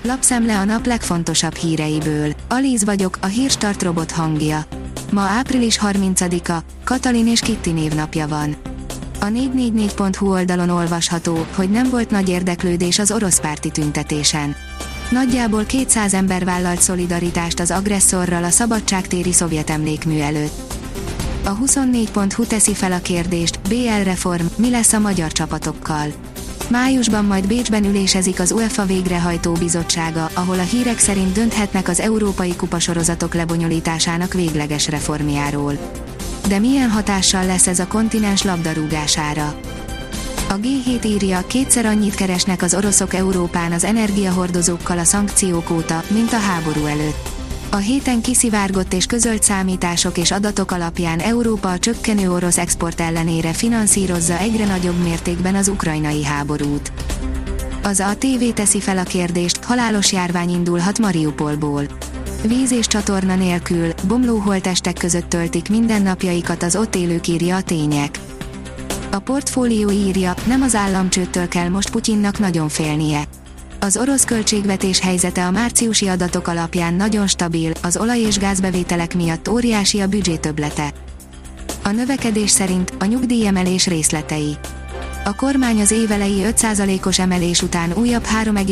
Lapszemle a nap legfontosabb híreiből. Alíz vagyok, a Hírstart robot hangja. Ma április 30-a, Katalin és Kitti névnapja van. A 444.hu oldalon olvasható, hogy nem volt nagy érdeklődés az orosz párti tüntetésen. Nagyjából 200 ember vállalt szolidaritást az agresszorral a szabadságtéri szovjet emlékmű előtt. A 24.hu teszi fel a kérdést, BL reform, mi lesz a magyar csapatokkal? Májusban majd Bécsben ülésezik az UEFA végrehajtó bizottsága, ahol a hírek szerint dönthetnek az európai kupasorozatok lebonyolításának végleges reformjáról. De milyen hatással lesz ez a kontinens labdarúgására? A G7 írja, kétszer annyit keresnek az oroszok Európán az energiahordozókkal a szankciók óta, mint a háború előtt. A héten kiszivárgott és közölt számítások és adatok alapján Európa a csökkenő orosz export ellenére finanszírozza egyre nagyobb mértékben az ukrajnai háborút. Az ATV teszi fel a kérdést, halálos járvány indulhat Mariupolból. Víz és csatorna nélkül, bomló holttestek között töltik mindennapjaikat az ott élők, írja a Tények. A Portfólió írja, nem az államcsődtől kell most Putyinnak nagyon félnie. Az orosz költségvetés helyzete a márciusi adatok alapján nagyon stabil, az olaj- és gázbevételek miatt óriási a büdzsétöbblete. A növekedés szerint a nyugdíjemelés részletei. A kormány az évelei 5%-os emelés után újabb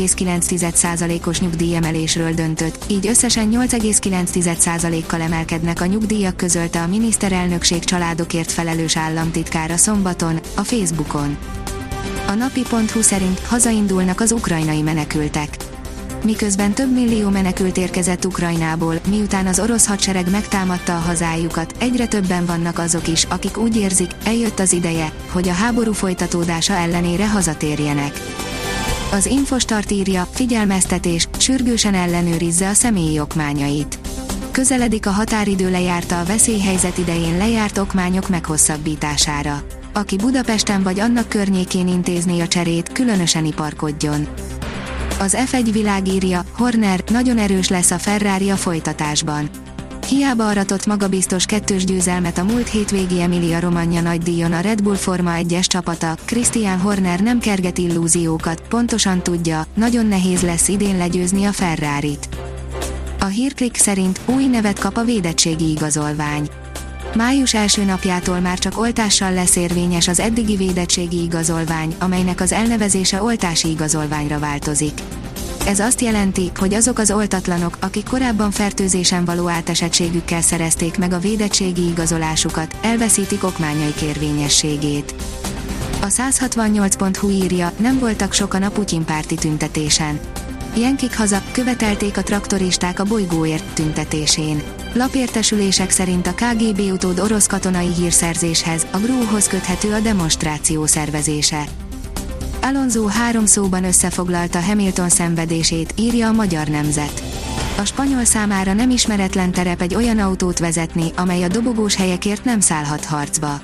3,9%-os nyugdíjemelésről döntött, így összesen 8,9%-kal emelkednek a nyugdíjak, közölte a miniszterelnökség családokért felelős államtitkára szombaton, a Facebookon. A napi.hu szerint hazaindulnak az ukrajnai menekültek. Miközben több millió menekült érkezett Ukrajnából, miután az orosz hadsereg megtámadta a hazájukat, egyre többen vannak azok is, akik úgy érzik, eljött az ideje, hogy a háború folytatódása ellenére hazatérjenek. Az Infostart írja, figyelmeztetés, sürgősen ellenőrizze a személyi okmányait. Közeledik a határidő lejárta a veszélyhelyzet idején lejárt okmányok meghosszabbítására. Aki Budapesten vagy annak környékén intézné a cserét, különösen iparkodjon. Az F1 világ írja, Horner, nagyon erős lesz a Ferrari a folytatásban. Hiába aratott magabiztos kettős győzelmet a múlt hétvégi Emilia-Romagna nagydíjon a Red Bull Forma 1-es csapata, Christian Horner nem kerget illúziókat, pontosan tudja, nagyon nehéz lesz idén legyőzni a Ferrarit. A Hírklik szerint új nevet kap a védettségi igazolvány. Május első napjától már csak oltással lesz érvényes az eddigi védettségi igazolvány, amelynek az elnevezése oltási igazolványra változik. Ez azt jelenti, hogy azok az oltatlanok, akik korábban fertőzésen való átesettségükkel szerezték meg a védettségi igazolásukat, elveszítik okmányaik érvényességét. A 168.hu írja, nem voltak sokan a Putyin párti tüntetésen. Jenkik haza, követelték a traktoristák a bolygóért tüntetésén. Lapértesülések szerint a KGB utód orosz katonai hírszerzéshez, a GRU-hoz köthető a demonstráció szervezése. Alonso 3 szóban összefoglalta Hamilton szenvedését, írja a Magyar Nemzet. A spanyol számára nem ismeretlen terep egy olyan autót vezetni, amely a dobogós helyekért nem szállhat harcba.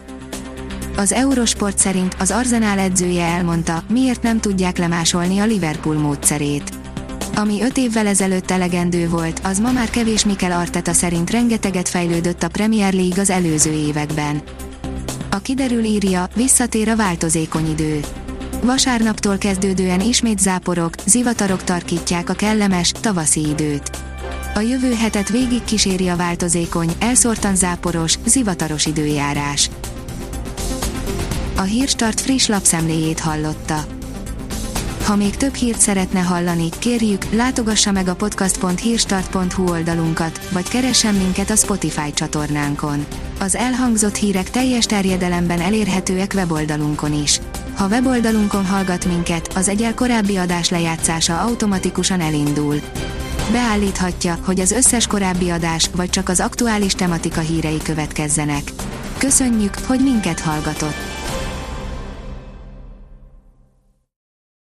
Az Eurosport szerint az Arsenal edzője elmondta, miért nem tudják lemásolni a Liverpool módszerét. Ami 5 évvel ezelőtt elegendő volt, az ma már kevés. Mikel Arteta szerint rengeteget fejlődött a Premier League az előző években. A Kiderül írja, visszatér a változékony idő. Vasárnaptól kezdődően ismét záporok, zivatarok tarkítják a kellemes, tavaszi időt. A jövő hetet végig kíséri a változékony, elszórtan záporos, zivataros időjárás. A Hírstart friss lapszemléjét hallotta. Ha még több hírt szeretne hallani, kérjük, látogassa meg a podcast.hírstart.hu oldalunkat, vagy keressen minket a Spotify csatornánkon. Az elhangzott hírek teljes terjedelemben elérhetőek weboldalunkon is. Ha weboldalunkon hallgat minket, az egyel korábbi adás lejátszása automatikusan elindul. Beállíthatja, hogy az összes korábbi adás, vagy csak az aktuális tematika hírei következzenek. Köszönjük, hogy minket hallgatott!